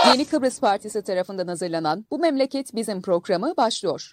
Yeni Kıbrıs Partisi tarafından hazırlanan Bu Memleket Bizim programı başlıyor.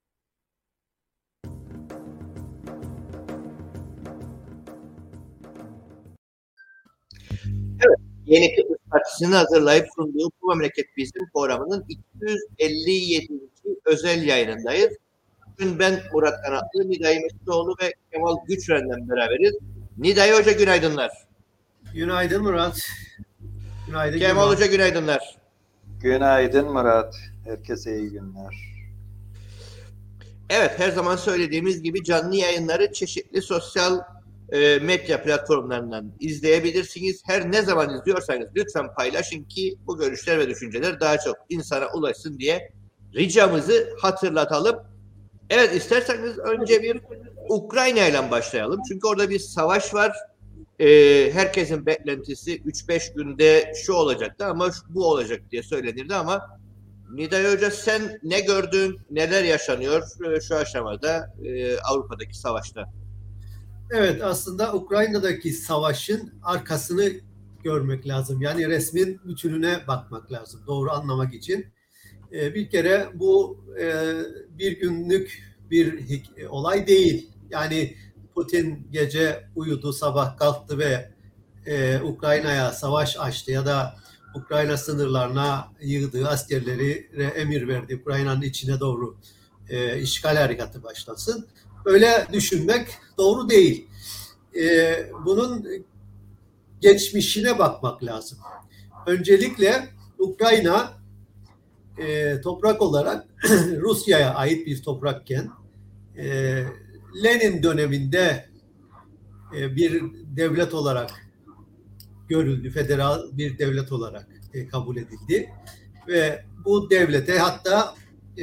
Evet, Yeni Kıbrıs Partisi'nin hazırlayıp sunduğu Bu Memleket Bizim programının 257. özel yayınındayız. Bugün ben Murat Kanatlı, Niday Mesutlu ve Kemal Güçren'le beraberiz. Niday Hoca günaydınlar. Günaydın Murat. Günaydın Kemal Hoca günaydınlar. Günaydın Murat. Herkese iyi günler. Evet, her zaman söylediğimiz gibi canlı yayınları çeşitli sosyal medya platformlarından izleyebilirsiniz. Her ne zaman izliyorsanız lütfen paylaşın ki bu görüşler ve düşünceler daha çok insana ulaşsın diye ricamızı hatırlatalım. Evet, isterseniz önce bir Ukrayna ile başlayalım. Çünkü orada bir savaş var. Herkesin beklentisi 3-5 günde şu olacaktı ama bu olacak diye söylenirdi ama Niday Hoca sen ne gördün, neler yaşanıyor şu aşamada Avrupa'daki savaşta? Evet, aslında Ukrayna'daki savaşın arkasını görmek lazım. Yani resmin bütününe bakmak lazım doğru anlamak için. Bir kere bu bir günlük bir olay değil. Yani Putin gece uyudu, sabah kalktı ve Ukrayna'ya savaş açtı ya da Ukrayna sınırlarına yığdığı askerleri emir verdi. Ukrayna'nın içine doğru işgal harekatı başlasın. Öyle düşünmek doğru değil. Bunun geçmişine bakmak lazım. Öncelikle Ukrayna toprak olarak Rusya'ya ait bir toprakken Lenin döneminde bir devlet olarak görüldü, federal bir devlet olarak kabul edildi ve bu devlete hatta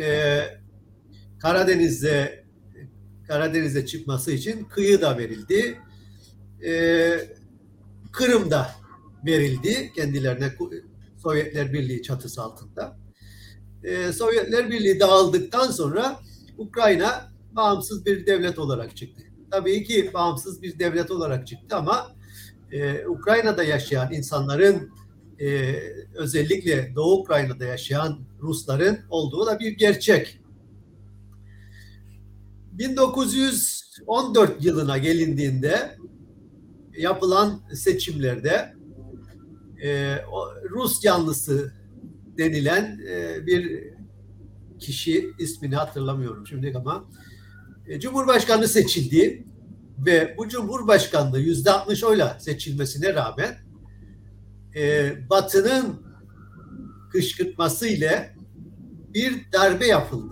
Karadeniz'e çıkması için kıyı da verildi. Kırım da verildi kendilerine Sovyetler Birliği çatısı altında. Sovyetler Birliği dağıldıktan sonra Ukrayna bağımsız bir devlet olarak çıktı. Tabii ki bağımsız bir devlet olarak çıktı ama Ukrayna'da yaşayan insanların özellikle Doğu Ukrayna'da yaşayan Rusların olduğu da bir gerçek. 1914 yılına gelindiğinde yapılan seçimlerde Rus yanlısı denilen bir kişi, ismini hatırlamıyorum şimdi ama Cumhurbaşkanı seçildi ve bu Cumhurbaşkanlığı %60 oyla seçilmesine rağmen Batı'nın kışkırtması ile bir darbe yapıldı.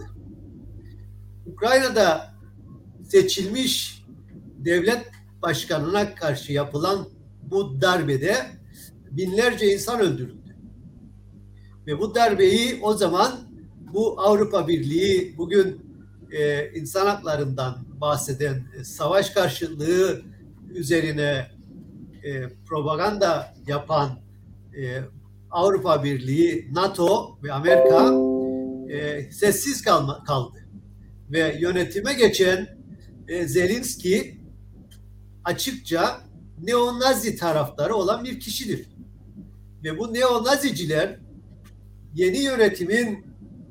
Ukrayna'da seçilmiş devlet başkanına karşı yapılan bu darbede binlerce insan öldürüldü. Ve bu darbeyi o zaman bu Avrupa Birliği bugün insan haklarından bahseden savaş karşıtlığı üzerine propaganda yapan Avrupa Birliği, NATO ve Amerika sessiz kaldı. Ve yönetime geçen Zelenski açıkça neonazi taraftarı olan bir kişidir. Ve bu neonaziciler yeni yönetimin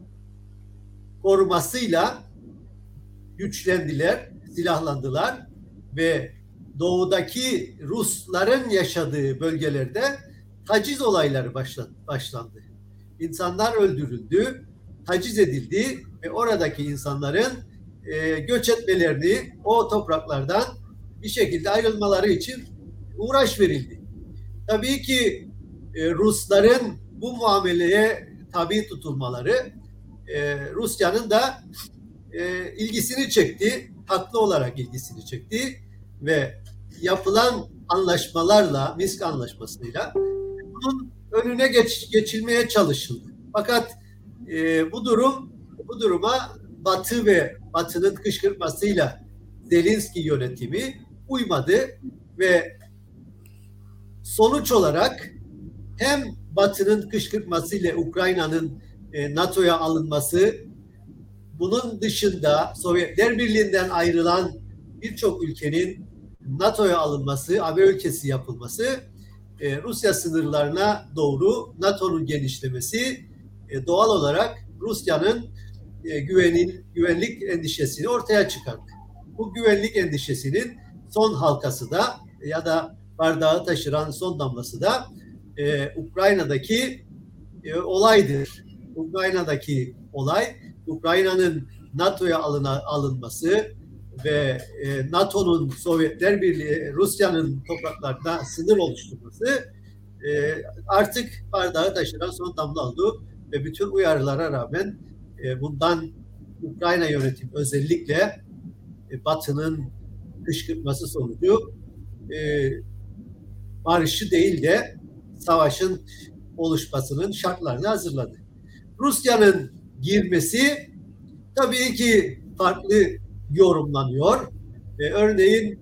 korumasıyla güçlendiler, silahlandılar ve doğudaki Rusların yaşadığı bölgelerde taciz olayları başlandı. İnsanlar öldürüldü, taciz edildi ve oradaki insanların göç etmelerini o topraklardan bir şekilde ayrılmaları için uğraş verildi. Tabii ki Rusların bu muameleye tabi tutulmaları Rusya'nın da ilgisini çekti, haklı olarak ilgisini çekti ve yapılan anlaşmalarla, Minsk anlaşmasıyla bunun önüne geçilmeye çalışıldı. Fakat bu duruma Batı ve Batı'nın kışkırtmasıyla Zelenski yönetimi uymadı ve sonuç olarak hem Batı'nın kışkırtmasıyla Ukrayna'nın NATO'ya alınması, bunun dışında Sovyetler Birliği'nden ayrılan birçok ülkenin NATO'ya alınması, AB ülkesi yapılması Rusya sınırlarına doğru NATO'nun genişlemesi doğal olarak Rusya'nın güvenlik endişesini ortaya çıkardı. Bu güvenlik endişesinin son halkası da ya da bardağı taşıran son damlası da Ukrayna'daki olaydır. Ukrayna'daki olay, Ukrayna'nın NATO'ya alınması ve NATO'nun Sovyetler Birliği, Rusya'nın topraklarında sınır oluşturması artık bardağı taşıran son damla oldu ve bütün uyarılara rağmen bundan Ukrayna yönetimi özellikle Batı'nın kışkırtması sonucu barışı değil de savaşın oluşmasının şartlarını hazırladı. Rusya'nın girmesi tabii ki farklı yorumlanıyor. Örneğin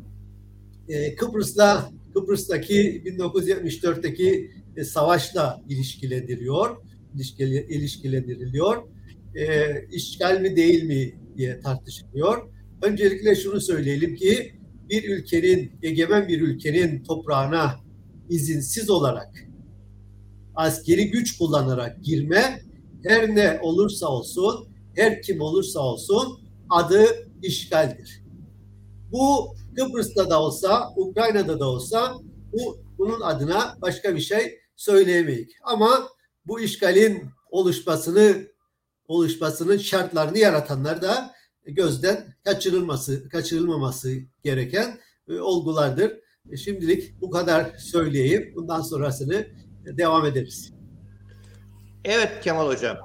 Kıbrıs'taki 1974'teki savaşla ilişkilendiriliyor. İşgal mi değil mi diye tartışılıyor. Öncelikle şunu söyleyelim ki egemen bir ülkenin toprağına izinsiz olarak askeri güç kullanarak girme her ne olursa olsun, her kim olursa olsun adı işgaldir. Bu Kıbrıs'ta da olsa, Ukrayna'da da olsa bunun adına başka bir şey söyleyemeyiz. Ama bu işgalin oluşmasının şartlarını yaratanlar da gözden kaçırılmaması gereken olgulardır. Şimdilik bu kadar söyleyeyim. Bundan sonrasını devam ederiz. Evet Kemal Hocam,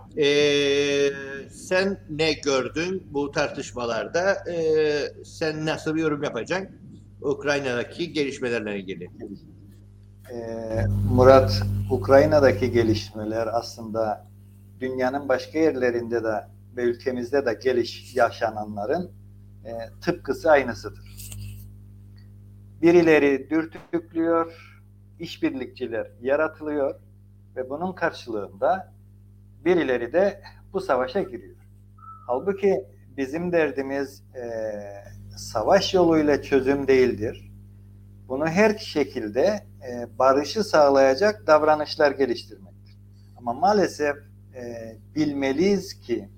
sen ne gördün bu tartışmalarda? Sen nasıl bir yorum yapacaksın Ukrayna'daki gelişmelerle ilgili? Murat, Ukrayna'daki gelişmeler aslında dünyanın başka yerlerinde de ve ülkemizde de yaşananların tıpkısı aynısıdır. Birileri dürtüklüyor, işbirlikçiler yaratılıyor ve bunun karşılığında birileri de bu savaşa giriyor. Halbuki bizim derdimiz savaş yoluyla çözüm değildir. Bunu her şekilde barışı sağlayacak davranışlar geliştirmektir. Ama maalesef bilmeliyiz ki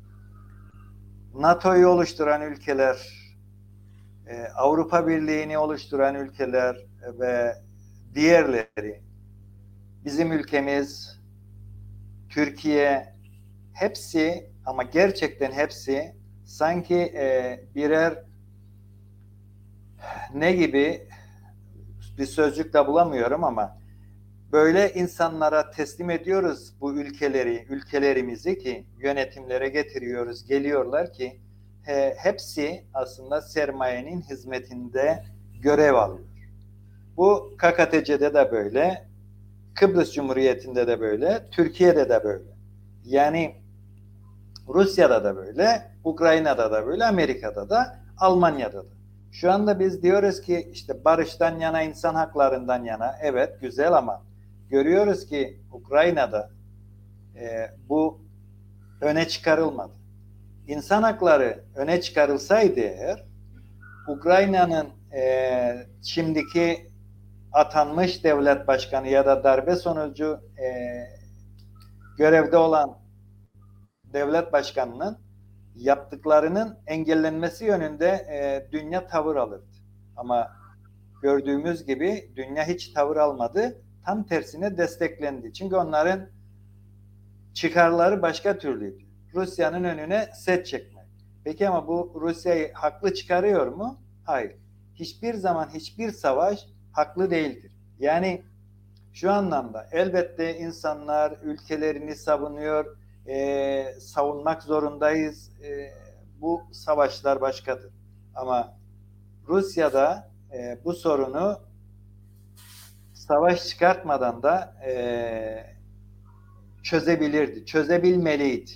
NATO'yu oluşturan ülkeler, Avrupa Birliği'ni oluşturan ülkeler ve diğerleri, bizim ülkemiz, Türkiye, hepsi ama gerçekten hepsi sanki birer ne gibi bir sözcük de bulamıyorum ama böyle insanlara teslim ediyoruz bu ülkelerimizi ki yönetimlere getiriyoruz, geliyorlar ki hepsi aslında sermayenin hizmetinde görev alıyor. Bu KKTC'de de böyle, Kıbrıs Cumhuriyeti'nde de böyle, Türkiye'de de böyle. Yani Rusya'da da böyle, Ukrayna'da da böyle, Amerika'da da, Almanya'da da. Şu anda biz diyoruz ki işte barıştan yana, insan haklarından yana, evet güzel ama görüyoruz ki Ukrayna'da bu öne çıkarılmadı. İnsan hakları öne çıkarılsaydı eğer, Ukrayna'nın şimdiki atanmış devlet başkanı ya da darbe sonucu görevde olan devlet başkanının yaptıklarının engellenmesi yönünde dünya tavır alırdı. Ama gördüğümüz gibi dünya hiç tavır almadı. Tam tersine desteklendi. Çünkü onların çıkarları başka türlüydü. Rusya'nın önüne set çekmek. Peki ama bu Rusya'yı haklı çıkarıyor mu? Hayır. Hiçbir zaman hiçbir savaş haklı değildir. Yani şu anlamda elbette insanlar ülkelerini savunuyor, savunmak zorundayız. Bu savaşlar başkadır. Ama Rusya'da bu sorunu savaş çıkartmadan da çözebilirdi, çözebilmeliydi.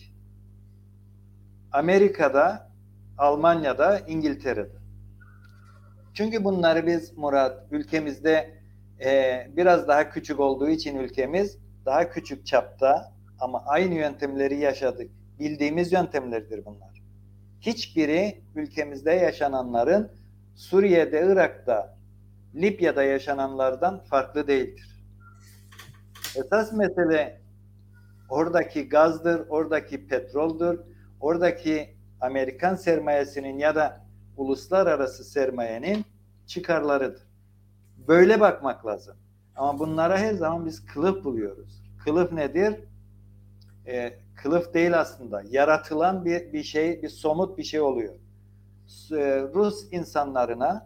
Amerika'da, Almanya'da, İngiltere'de. Çünkü bunları biz Murat ülkemizde biraz daha küçük olduğu için ülkemiz daha küçük çapta ama aynı yöntemleri yaşadık. Bildiğimiz yöntemlerdir bunlar. Hiçbiri ülkemizde yaşananların Suriye'de, Irak'ta Libya'da yaşananlardan farklı değildir. Esas mesele oradaki gazdır, oradaki petroldür, oradaki Amerikan sermayesinin ya da uluslararası sermayenin çıkarlarıdır. Böyle bakmak lazım. Ama bunlara her zaman biz kılıf buluyoruz. Kılıf nedir? Kılıf değil aslında. Yaratılan bir şey, bir somut bir şey oluyor. Rus insanlarına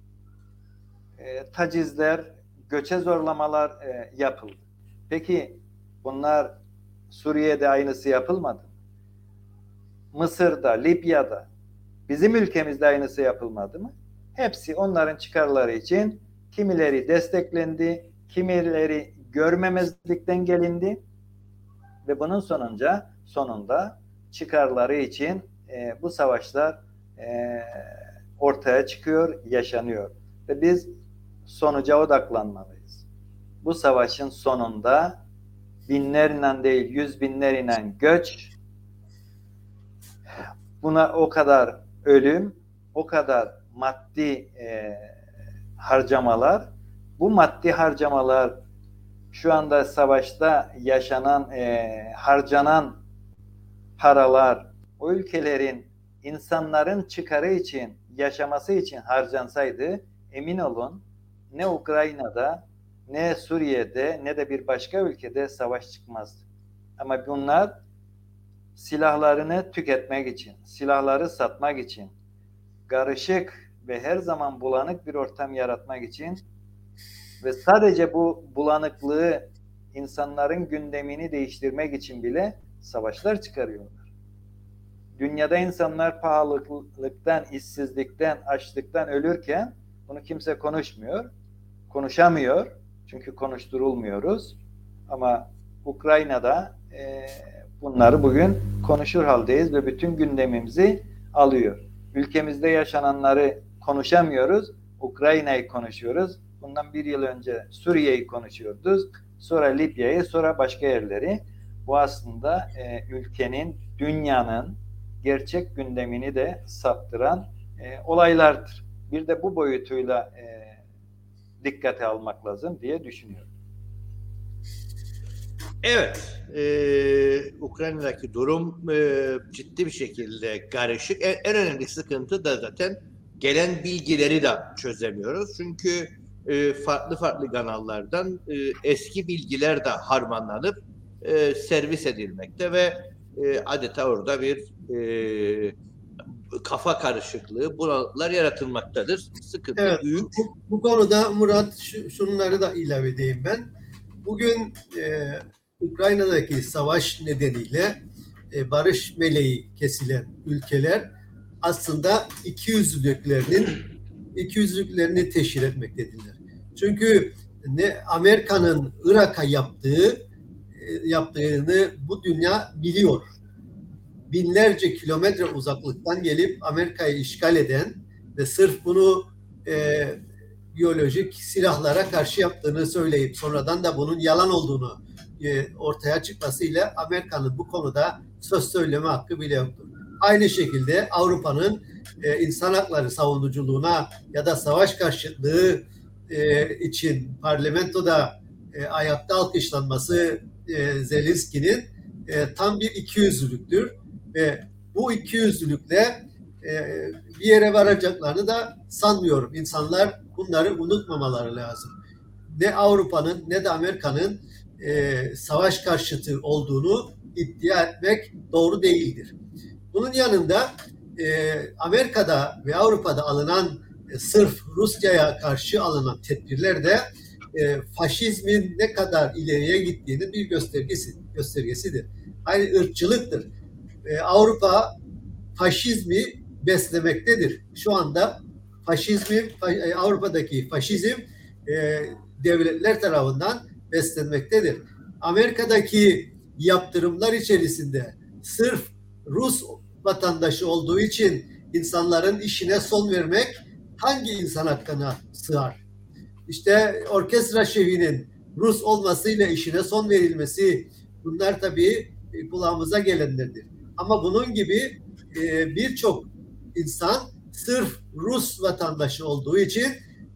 tacizler, göçe zorlamalar yapıldı. Peki bunlar Suriye'de aynısı yapılmadı mı? Mısır'da, Libya'da, bizim ülkemizde aynısı yapılmadı mı? Hepsi onların çıkarları için kimileri desteklendi, kimileri görmemezlikten gelindi ve bunun sonunda çıkarları için bu savaşlar ortaya çıkıyor, yaşanıyor. Ve biz sonuca odaklanmalıyız. Bu savaşın sonunda binlerle değil, yüz binlerle göç, buna o kadar ölüm, o kadar maddi harcamalar, bu maddi harcamalar şu anda savaşta yaşanan, harcanan paralar, o ülkelerin insanların çıkarı için, yaşaması için harcansaydı, emin olun ne Ukrayna'da, ne Suriye'de, ne de bir başka ülkede savaş çıkmazdı. Ama bunlar silahlarını tüketmek için, silahları satmak için, karışık ve her zaman bulanık bir ortam yaratmak için ve sadece bu bulanıklığı insanların gündemini değiştirmek için bile savaşlar çıkarıyorlar. Dünyada insanlar pahalılıktan, işsizlikten, açlıktan ölürken bunu kimse konuşmuyor, konuşamıyor. Çünkü konuşturulmuyoruz. Ama Ukrayna'da bunları bugün konuşur haldeyiz ve bütün gündemimizi alıyor. Ülkemizde yaşananları konuşamıyoruz, Ukrayna'yı konuşuyoruz. Bundan bir yıl önce Suriye'yi konuşuyorduk, sonra Libya'yı, sonra başka yerleri. Bu aslında ülkenin, dünyanın gerçek gündemini de saptıran olaylardır. Bir de bu boyutuyla dikkate almak lazım diye düşünüyorum. Evet, Ukrayna'daki durum ciddi bir şekilde karışık. En önemli sıkıntı da zaten gelen bilgileri de çözemiyoruz. Çünkü farklı kanallardan eski bilgiler de harmanlanıp servis edilmekte ve adeta orada bir kafa karışıklığı, bulanıklar yaratılmaktadır. Sıkıntı evet, büyük. Bu konuda Murat şunları da ilave edeyim ben. Bugün Ukrayna'daki savaş nedeniyle barış meleği kesilen ülkeler aslında ikiyüzlülüklerini teşhir etmektedirler. Çünkü ne Amerika'nın Irak'a yaptığını bu dünya biliyor. Binlerce kilometre uzaklıktan gelip Amerika'yı işgal eden ve sırf bunu biyolojik silahlara karşı yaptığını söyleyip sonradan da bunun yalan olduğunu ortaya çıkmasıyla Amerika'nın bu konuda söz söyleme hakkı bile yoktur. Aynı şekilde Avrupa'nın insan hakları savunuculuğuna ya da savaş karşıtlığı için parlamentoda ayakta alkışlanması Zelenski'nin tam bir ikiyüzlülüktür. Ve bu ikiyüzlülükle bir yere varacaklarını da sanmıyorum. İnsanlar bunları unutmamaları lazım. Ne Avrupa'nın ne de Amerika'nın savaş karşıtı olduğunu iddia etmek doğru değildir. Bunun yanında Amerika'da ve Avrupa'da alınan sırf Rusya'ya karşı alınan tedbirler de faşizmin ne kadar ileriye gittiğinin bir göstergesidir. Aynı ırkçılıktır. Avrupa faşizmi beslemektedir. Şu anda Avrupa'daki faşizm devletler tarafından beslenmektedir. Amerika'daki yaptırımlar içerisinde sırf Rus vatandaşı olduğu için insanların işine son vermek hangi insan hakkına sığar? İşte orkestra şefinin Rus olmasıyla işine son verilmesi, bunlar tabii kulağımıza gelenlerdir. Ama bunun gibi birçok insan sırf Rus vatandaşı olduğu için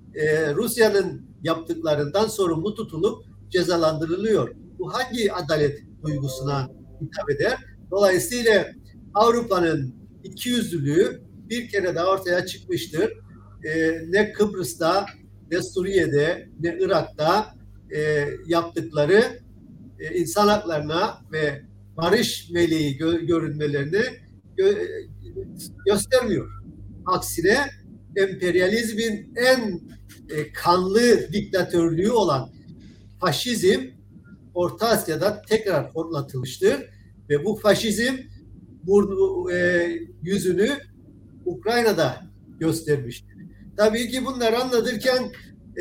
Rusya'nın yaptıklarından sorumlu tutulup cezalandırılıyor. Bu hangi adalet duygusuna hitap eder? Dolayısıyla Avrupa'nın ikiyüzlülüğü bir kere daha ortaya çıkmıştır. Ne Kıbrıs'ta, ne Suriye'de, ne Irak'ta yaptıkları insan haklarına ve barış meleği görünmelerini göstermiyor. Aksine emperyalizmin en kanlı diktatörlüğü olan faşizm Orta Asya'da tekrar horlatılmıştır ve bu faşizm yüzünü Ukrayna'da göstermiştir. Tabii ki bunları anlatırken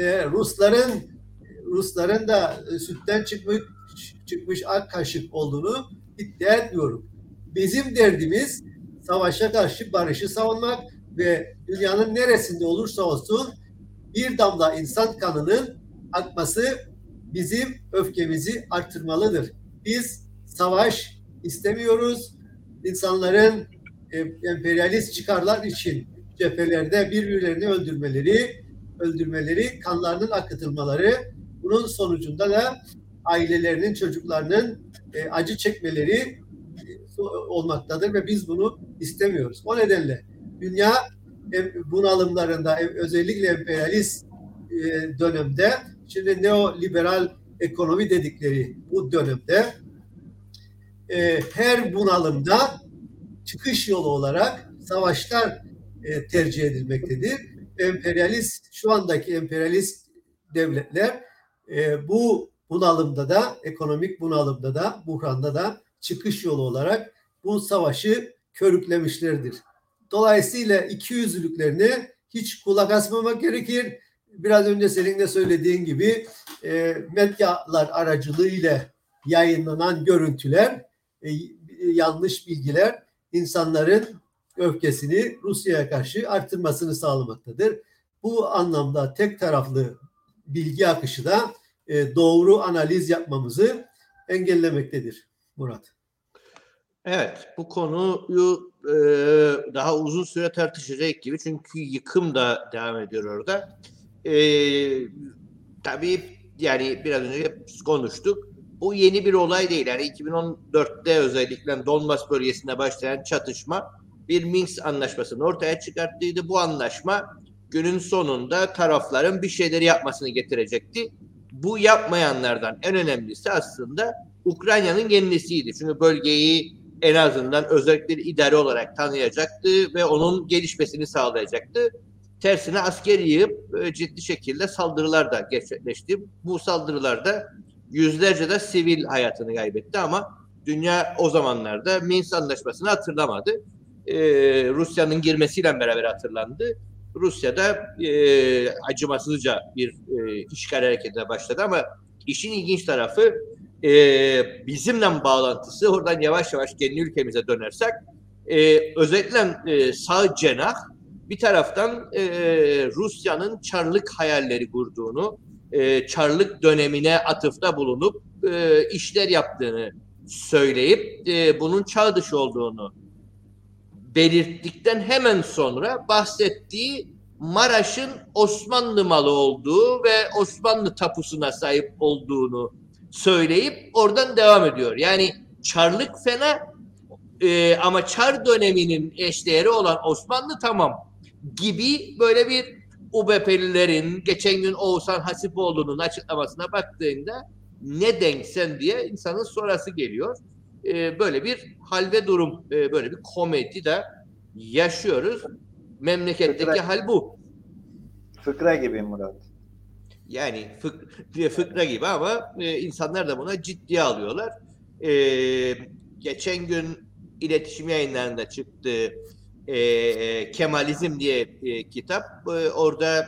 Rusların da sütten çıkmış ak kaşık olduğunu iddia etmiyorum. Bizim derdimiz savaşa karşı barışı savunmak ve dünyanın neresinde olursa olsun bir damla insan kanının akması bizim öfkemizi artırmalıdır. Biz savaş istemiyoruz. İnsanların emperyalist çıkarlar için cephelerde birbirlerini öldürmeleri, kanlarının akıtılmaları, bunun sonucunda da ailelerinin, çocuklarının acı çekmeleri olmaktadır ve biz bunu istemiyoruz. O nedenle dünya bunalımlarında, özellikle emperyalist dönemde, şimdi neoliberal ekonomi dedikleri bu dönemde her bunalımda çıkış yolu olarak savaşlar tercih edilmektedir. Şu andaki emperyalist devletler bu bunalımda da, ekonomik bunalımda da, buhranda da çıkış yolu olarak bu savaşı körüklemişlerdir. Dolayısıyla ikiyüzlülüklerine hiç kulak asmamak gerekir. Biraz önce senin de söylediğin gibi medyalar aracılığıyla yayınlanan görüntüler, yanlış bilgiler insanların öfkesini Rusya'ya karşı artırmasını sağlamaktadır. Bu anlamda tek taraflı bilgi akışı da doğru analiz yapmamızı engellemektedir Murat. Evet, bu konuyu daha uzun süre tartışacak gibi, çünkü yıkım da devam ediyor orada. Tabii yani biraz önce konuştuk. Bu yeni bir olay değil. Yani 2014'te özellikle Donbas bölgesinde başlayan çatışma bir Minsk anlaşmasını ortaya çıkarttıydı. Bu anlaşma günün sonunda tarafların bir şeyleri yapmasını getirecekti. Bu yapmayanlardan en önemlisi aslında Ukrayna'nın kendisiydi. Çünkü bölgeyi en azından özellikle idari olarak tanıyacaktı ve onun gelişmesini sağlayacaktı. Tersine asker yığıp ciddi şekilde saldırılar da gerçekleşti. Bu saldırılarda yüzlerce de sivil hayatını kaybetti ama dünya o zamanlarda Minsk Anlaşması'nı hatırlamadı. Rusya'nın girmesiyle beraber hatırlandı. Rusya'da acımasızca bir işgal hareketine başladı ama işin ilginç tarafı bizimle bağlantısı, oradan yavaş yavaş kendi ülkemize dönersek özellikle sağ cenah bir taraftan Rusya'nın Çarlık hayalleri kurduğunu, Çarlık dönemine atıfta bulunup işler yaptığını söyleyip bunun çağ dışı olduğunu belirttikten hemen sonra bahsettiği Maraş'ın Osmanlı malı olduğu ve Osmanlı tapusuna sahip olduğunu söyleyip oradan devam ediyor. Yani Çarlık fena ama Çar döneminin eşdeğeri olan Osmanlı tamam gibi böyle bir UBP'lilerin, geçen gün Oğuzhan Hasipoğlu'nun açıklamasına baktığında ne denksen diye insanın sorası geliyor. Böyle bir hal ve durum, böyle bir komedi de yaşıyoruz. Memleketteki hal bu. Fıkra gibi Murat. Yani fıkra gibi ama insanlar da buna ciddiye alıyorlar. Geçen gün iletişim yayınlarında çıktı Kemalizm diye kitap. Orada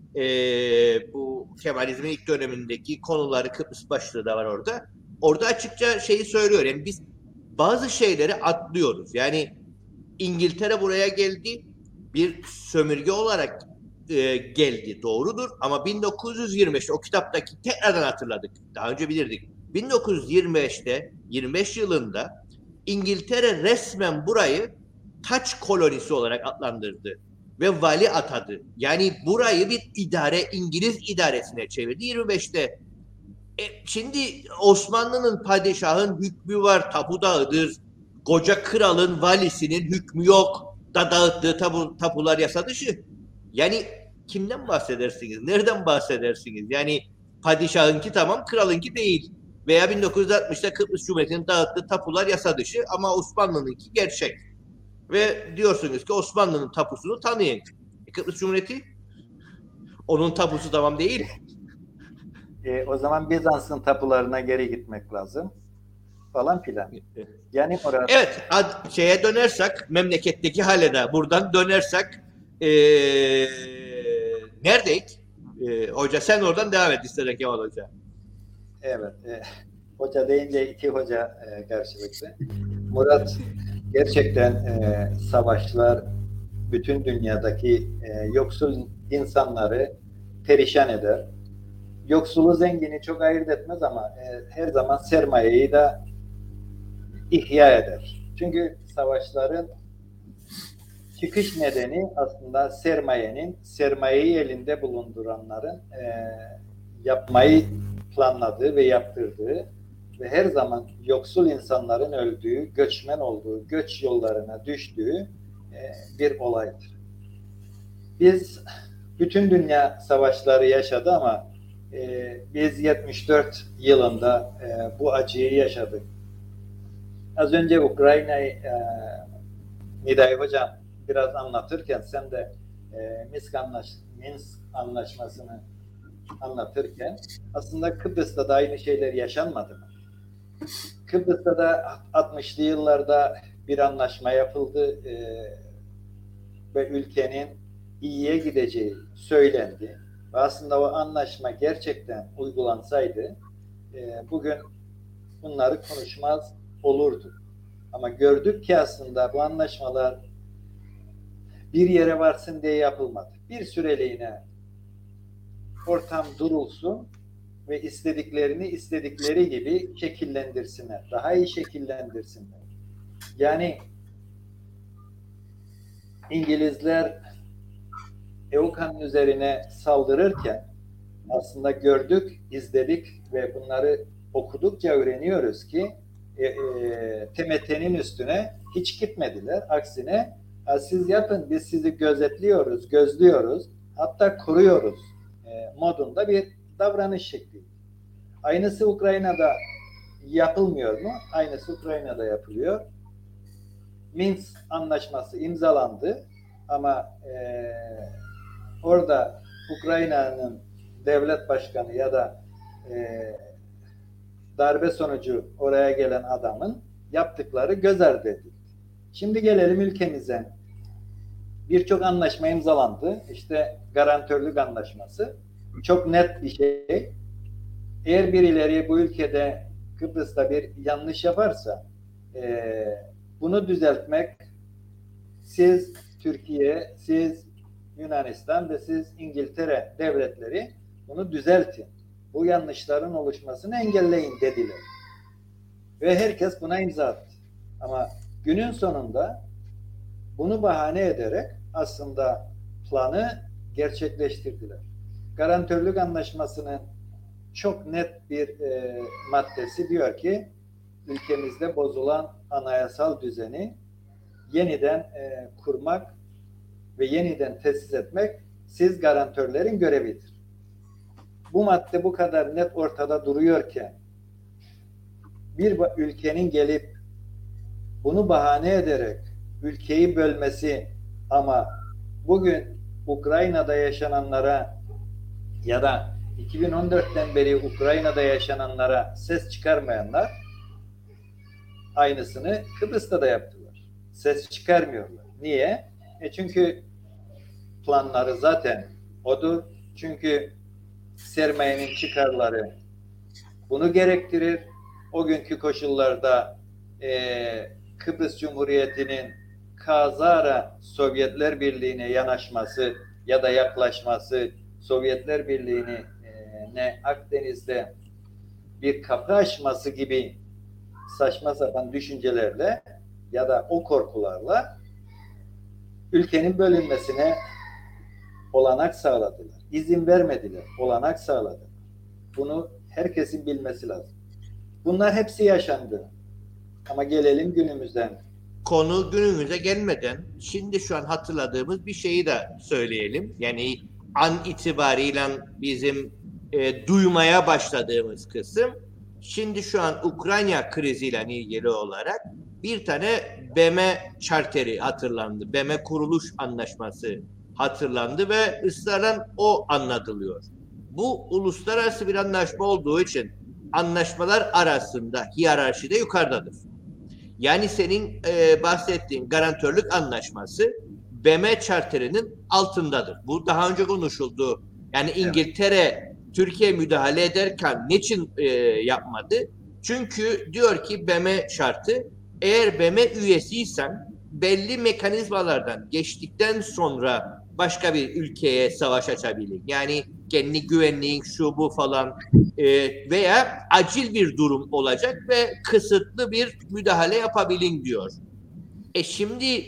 bu Kemalizmin ilk dönemindeki konuları, Kıbrıs başlığı da var orada. Orada açıkça şeyi söylüyor. Yani biz bazı şeyleri atlıyoruz. Yani İngiltere buraya geldi. Bir sömürge olarak geldi. Doğrudur. Ama 1925'te o kitaptaki tekrardan hatırladık. Daha önce bilirdik. 1925'te 25 yılında İngiltere resmen burayı taç kolonisi olarak adlandırdı. ve vali atadı. Yani burayı bir idare, İngiliz idaresine çevirdi 25'te. Şimdi Osmanlı'nın padişahın hükmü var, tapudağıdır. Koca kralın valisinin hükmü yok da dağıttığı tapular yasa dışı. Yani kimden bahsedersiniz? Nereden bahsedersiniz? Yani padişahınki tamam, kralınki değil. Veya 1960'ta Kıbrıs Cumhuriyeti'nin dağıttığı tapular yasa dışı ama Osmanlı'nınki gerçek. Ve diyorsunuz ki Osmanlı'nın tapusunu tanıyın. Kıbrıs Cumhuriyeti onun tapusu tamam değil. O zaman Bizans'ın tapularına geri gitmek lazım falan filan. Yani orada... Evet, şeye dönersek, memleketteki hale de buradan dönersek neredeydik? Hoca sen oradan devam et istersen Kemal Hoca. Evet. Hoca deyince iki hoca karşılıklı. Murat, gerçekten savaşlar bütün dünyadaki yoksul insanları perişan eder. Yoksulu zengini çok ayırt etmez ama her zaman sermayeyi de ihya eder. Çünkü savaşların çıkış nedeni aslında sermayeyi elinde bulunduranların yapmayı planladığı ve yaptırdığı ve her zaman yoksul insanların öldüğü, göçmen olduğu, göç yollarına düştüğü bir olaydır. Biz bütün dünya savaşları yaşadı ama biz 74 yılında bu acıyı yaşadık. Az önce Ukrayna'yı Nidai Hocam biraz anlatırken sen de Minsk Anlaşması'nı anlatırken aslında Kıbrıs'ta da aynı şeyler yaşanmadı mı? Kıbrıs'ta da 60'lı yıllarda bir anlaşma yapıldı ve ülkenin iyiye gideceği söylendi. Ve aslında o anlaşma gerçekten uygulansaydı bugün bunları konuşmaz olurdu. Ama gördük ki aslında bu anlaşmalar bir yere varsın diye yapılmadı. Bir süreliğine ortam durulsun ve istediklerini istedikleri gibi şekillendirsinler. Daha iyi şekillendirsinler. Yani İngilizler Evkan'ın üzerine saldırırken aslında gördük, izledik ve bunları okudukça öğreniyoruz ki TMT'nin üstüne hiç gitmediler. Aksine siz yapın, biz sizi gözetliyoruz, gözlüyoruz, hatta koruyoruz modunda bir davranış şekli. Aynısı Ukrayna'da yapılmıyor mu? Aynısı Ukrayna'da yapılıyor. Minsk Anlaşması imzalandı ama orada Ukrayna'nın devlet başkanı ya da darbe sonucu oraya gelen adamın yaptıkları göz ardı edildi. Şimdi gelelim ülkemize. Birçok anlaşma imzalandı. İşte garantörlük anlaşması. Çok net bir şey. Eğer birileri bu ülkede Kıbrıs'ta bir yanlış yaparsa bunu düzeltmek siz Türkiye, siz Yunanistan ve siz İngiltere devletleri bunu düzeltin. Bu yanlışların oluşmasını engelleyin dediler. Ve herkes buna imza attı. Ama günün sonunda bunu bahane ederek aslında planı gerçekleştirdiler. Garantörlük anlaşmasının çok net bir maddesi diyor ki ülkemizde bozulan anayasal düzeni yeniden kurmak ve yeniden tesis etmek siz garantörlerin görevidir. Bu madde bu kadar net ortada duruyorken bir ülkenin gelip bunu bahane ederek ülkeyi bölmesi ama bugün Ukrayna'da yaşananlara ya da 2014'ten beri Ukrayna'da yaşananlara ses çıkarmayanlar aynısını Kıbrıs'ta da yaptılar. Ses çıkarmıyorlar. Niye? Çünkü planları zaten odur. Çünkü sermayenin çıkarları bunu gerektirir. O günkü koşullarda Kıbrıs Cumhuriyeti'nin kazara Sovyetler Birliği'ne yanaşması ya da yaklaşması, Sovyetler Birliği'ne Akdeniz'de bir kapı açması gibi saçma sapan düşüncelerle ya da o korkularla ülkenin bölünmesine olanak sağladılar. İzin vermediler, olanak sağladılar. Bunu herkesin bilmesi lazım. Bunlar hepsi yaşandı. Ama gelelim günümüzden. Konu günümüze gelmeden şimdi şu an hatırladığımız bir şeyi de söyleyelim. Yani an itibariyle bizim duymaya başladığımız kısım, şimdi şu an Ukrayna kriziyle ilgili olarak bir tane BM Charter'i hatırlandı. BM Kuruluş Anlaşması hatırlandı ve ısrarla o anlatılıyor. Bu uluslararası bir anlaşma olduğu için anlaşmalar arasında hiyerarşide yukarıdadır. Yani senin bahsettiğin garantörlük anlaşması BM Charter'inin altındadır. Bu daha önce konuşuldu. Yani İngiltere Türkiye müdahale ederken niçin yapmadı? Çünkü diyor ki BM şartı, eğer BM üyesiysen belli mekanizmalardan geçtikten sonra başka bir ülkeye savaş açabilir. Yani kendi güvenliğin şu bu falan veya acil bir durum olacak ve kısıtlı bir müdahale yapabilin diyor. Şimdi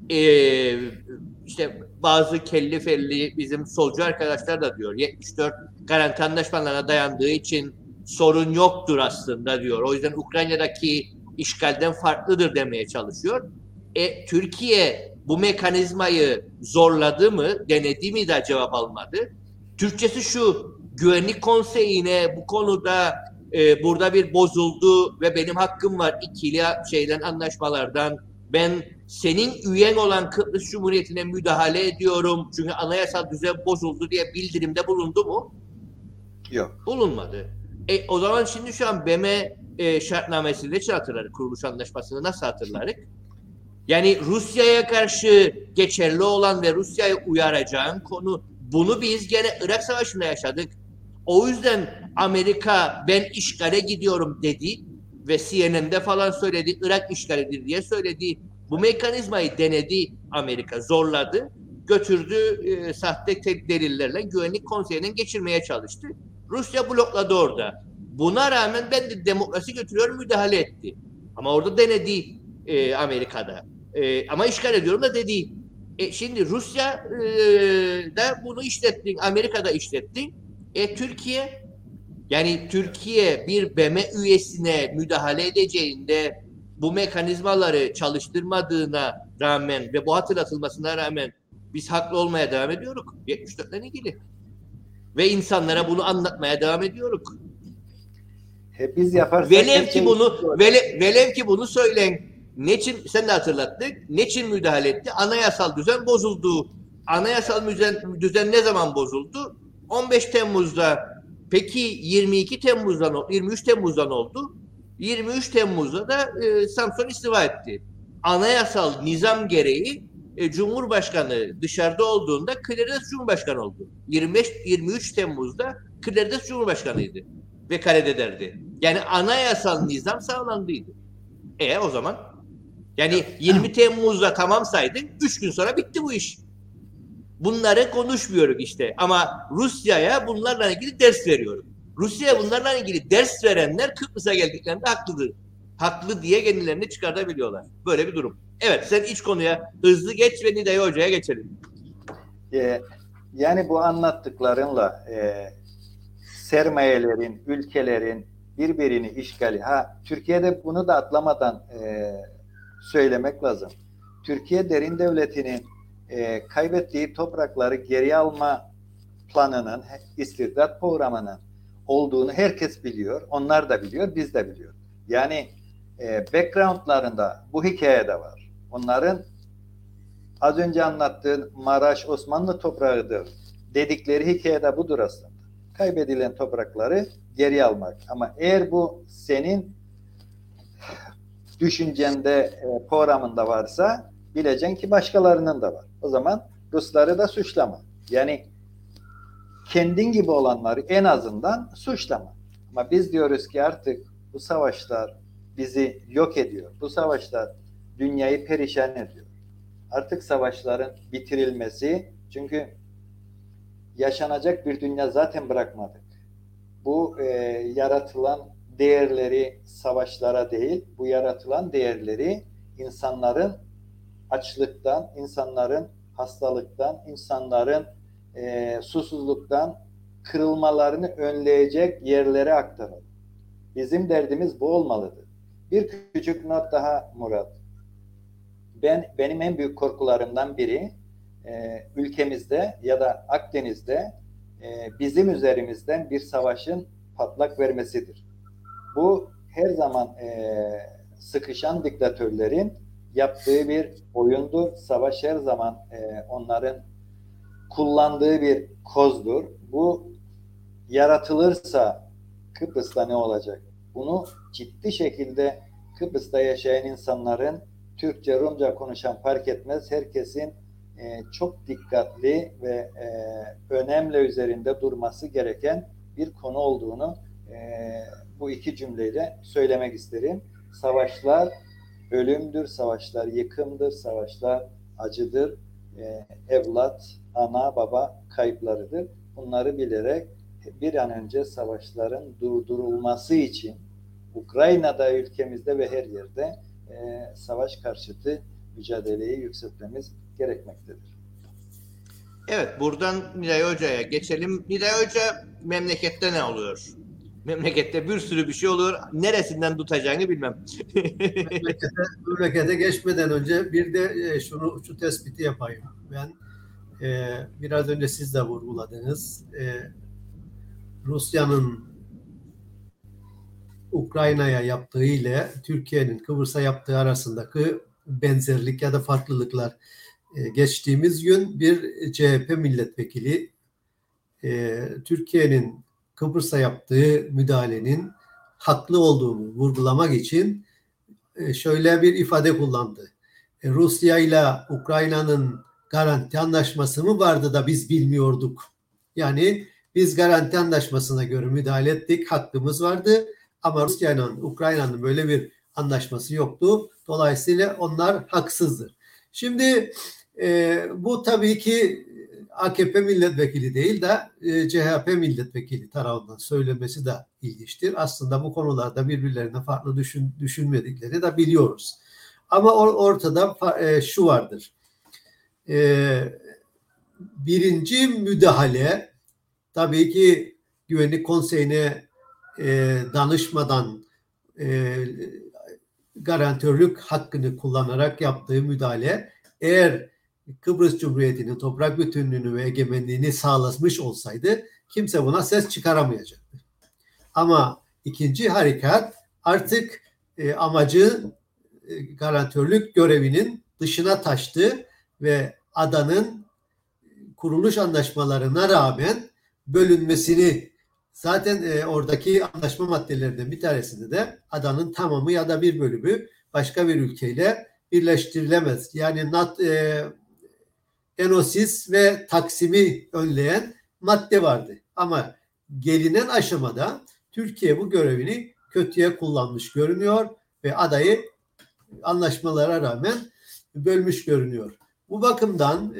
işte bazı kelli felli bizim solcu arkadaşlar da diyor 74 garanti anlaşmalarına dayandığı için sorun yoktur aslında diyor. O yüzden Ukrayna'daki işgalden farklıdır demeye çalışıyor. Türkiye bu mekanizmayı zorladı mı, denedi mi de cevap almadı. Türkçesi şu: Güvenlik Konseyi'ne bu konuda burada bir bozuldu ve benim hakkım var ikili anlaşmalardan. Ben senin üyen olan Kıbrıs Cumhuriyeti'ne müdahale ediyorum çünkü anayasal düzen bozuldu diye bildirimde bulundu mu? Yok. Bulunmadı. O zaman şimdi şu an BM şartnamesini de hatırlarız. Kuruluş Anlaşması'nı nasıl hatırlarız? Yani Rusya'ya karşı geçerli olan ve Rusya'yı uyaracağın konu, bunu biz gene Irak Savaşı'nda yaşadık. O yüzden Amerika ben işgale gidiyorum dedi ve CNN'de falan söyledi, Irak işgalidir diye söyledi. Bu mekanizmayı denedi Amerika, zorladı, götürdü sahte delillerle Güvenlik Konseyi'nden geçirmeye çalıştı. Rusya blokladı orada. Buna rağmen ben de demokrasi götürüyorum, müdahale etti. Ama orada denedi Amerika'da. Ama işgal ediyorum da dedi. Şimdi Rusya da bunu işletti, Amerika'da işletti. Türkiye bir BM üyesine müdahale edeceğinde bu mekanizmaları çalıştırmadığına rağmen ve bu hatırlatılmasına rağmen biz haklı olmaya devam ediyoruz. 74'ten ilgili. Ve insanlara bunu anlatmaya devam ediyoruz. Biz yaparsak velev ki bunu söyleyin. Niçin, sen de hatırlattık, niçin müdahale etti? Anayasal düzen bozuldu. Anayasal düzen ne zaman bozuldu? 15 Temmuz'da. Peki 23 Temmuz'dan oldu. 23 Temmuz'da da Samson istifa etti. Anayasal nizam gereği Cumhurbaşkanı dışarıda olduğunda Kıdemli Cumhurbaşkanı oldu. 23 Temmuz'da Kıdemli Cumhurbaşkanıydı ve derdi. Yani anayasal nizam sağlandıydı. O zaman yani 20 Temmuz'da tamamsaydın 3 gün sonra bitti bu iş. Bunları konuşmuyoruz işte. Ama Rusya'ya bunlarla ilgili ders veriyoruz. Rusya'ya bunlarla ilgili ders verenler Kıbrıs'a geldiklerinde haklıdır. Haklı diye kendilerini çıkartabiliyorlar. Böyle bir durum. Evet, sen iç konuya hızlı geç ve Nidai Hoca'ya geçelim. Yani bu anlattıklarınla sermayelerin, ülkelerin birbirini işgali. Türkiye'de bunu da atlamadan söylemek lazım. Türkiye Derin Devleti'nin kaybettiği toprakları geri alma planının, istirdat programının olduğunu herkes biliyor. Onlar da biliyor, biz de biliyor. Yani backgroundlarında bu hikaye de var. Onların az önce anlattığın Maraş Osmanlı toprağıdır dedikleri hikaye de budur aslında. Kaybedilen toprakları geri almak. Ama eğer bu senin düşüncende, programında varsa bileceksin ki başkalarının da var. O zaman Rusları da suçlama. Yani kendin gibi olanları en azından suçlama. Ama biz diyoruz ki artık bu savaşlar bizi yok ediyor. Bu savaşlar dünyayı perişan ediyor. Artık savaşların bitirilmesi, çünkü yaşanacak bir dünya zaten bırakmadık. Bu yaratılan değerleri savaşlara değil, bu yaratılan değerleri insanların açlıktan, insanların hastalıktan, insanların susuzluktan kırılmalarını önleyecek yerlere aktaralım. Bizim derdimiz bu olmalıdır. Bir küçük not daha Murat. Benim en büyük korkularımdan biri ülkemizde ya da Akdeniz'de bizim üzerimizden bir savaşın patlak vermesidir. Bu her zaman sıkışan diktatörlerin yaptığı bir oyundur. Savaş her zaman onların kullandığı bir kozdur. Bu yaratılırsa Kıbrıs'ta ne olacak? Bunu ciddi şekilde Kıbrıs'ta yaşayan insanların Türkçe, Rumca konuşan fark etmez. Herkesin çok dikkatli ve önemli üzerinde durması gereken bir konu olduğunu bu iki cümleyle söylemek isterim. Savaşlar ölümdür, savaşlar yıkımdır, savaşlar acıdır, evlat, ana, baba kayıplarıdır. Bunları bilerek bir an önce savaşların durdurulması için Ukrayna'da, ülkemizde ve her yerde savaş karşıtı mücadeleyi yükseltmemiz gerekmektedir. Evet, buradan Miray Hoca'ya geçelim. Miray Hoca, memlekette ne oluyor? Memlekette bir sürü bir şey oluyor. Neresinden tutacağını bilmem. Memlekete geçmeden önce bir de şu tespiti yapayım. Ben biraz önce siz de vurguladınız. Rusya'nın Ukrayna'ya yaptığı ile Türkiye'nin Kıbrıs'a yaptığı arasındaki benzerlik ya da farklılıklar. Geçtiğimiz gün bir CHP milletvekili Türkiye'nin Kıbrıs'a yaptığı müdahalenin haklı olduğunu vurgulamak için şöyle bir ifade kullandı. Rusya ile Ukrayna'nın garanti anlaşması mı vardı da biz bilmiyorduk? Yani biz garanti anlaşmasına göre müdahale ettik, hakkımız vardı ama Rusya ile Ukrayna'nın böyle bir anlaşması yoktu. Dolayısıyla onlar haksızdır. Şimdi bu tabii ki AKP milletvekili değil de CHP milletvekili tarafından söylemesi de ilginçtir. Aslında bu konularda birbirlerine farklı düşünmedikleri de biliyoruz. Ama ortada şu vardır. Birinci müdahale tabii ki Güvenlik Konseyi'ne danışmadan garantörlük hakkını kullanarak yaptığı müdahale eğer Kıbrıs Cumhuriyeti'nin toprak bütünlüğünü ve egemenliğini sağlamış olsaydı kimse buna ses çıkaramayacaktı. Ama ikinci harekat artık amacı garantörlük görevinin dışına taştı ve adanın kuruluş anlaşmalarına rağmen bölünmesini zaten oradaki anlaşma maddelerinden bir tanesinde de adanın tamamı ya da bir bölümü başka bir ülkeyle birleştirilemez. Yani enosis ve taksimi önleyen madde vardı. Ama gelinen aşamada Türkiye bu görevini kötüye kullanmış görünüyor ve adayı anlaşmalara rağmen bölmüş görünüyor. Bu bakımdan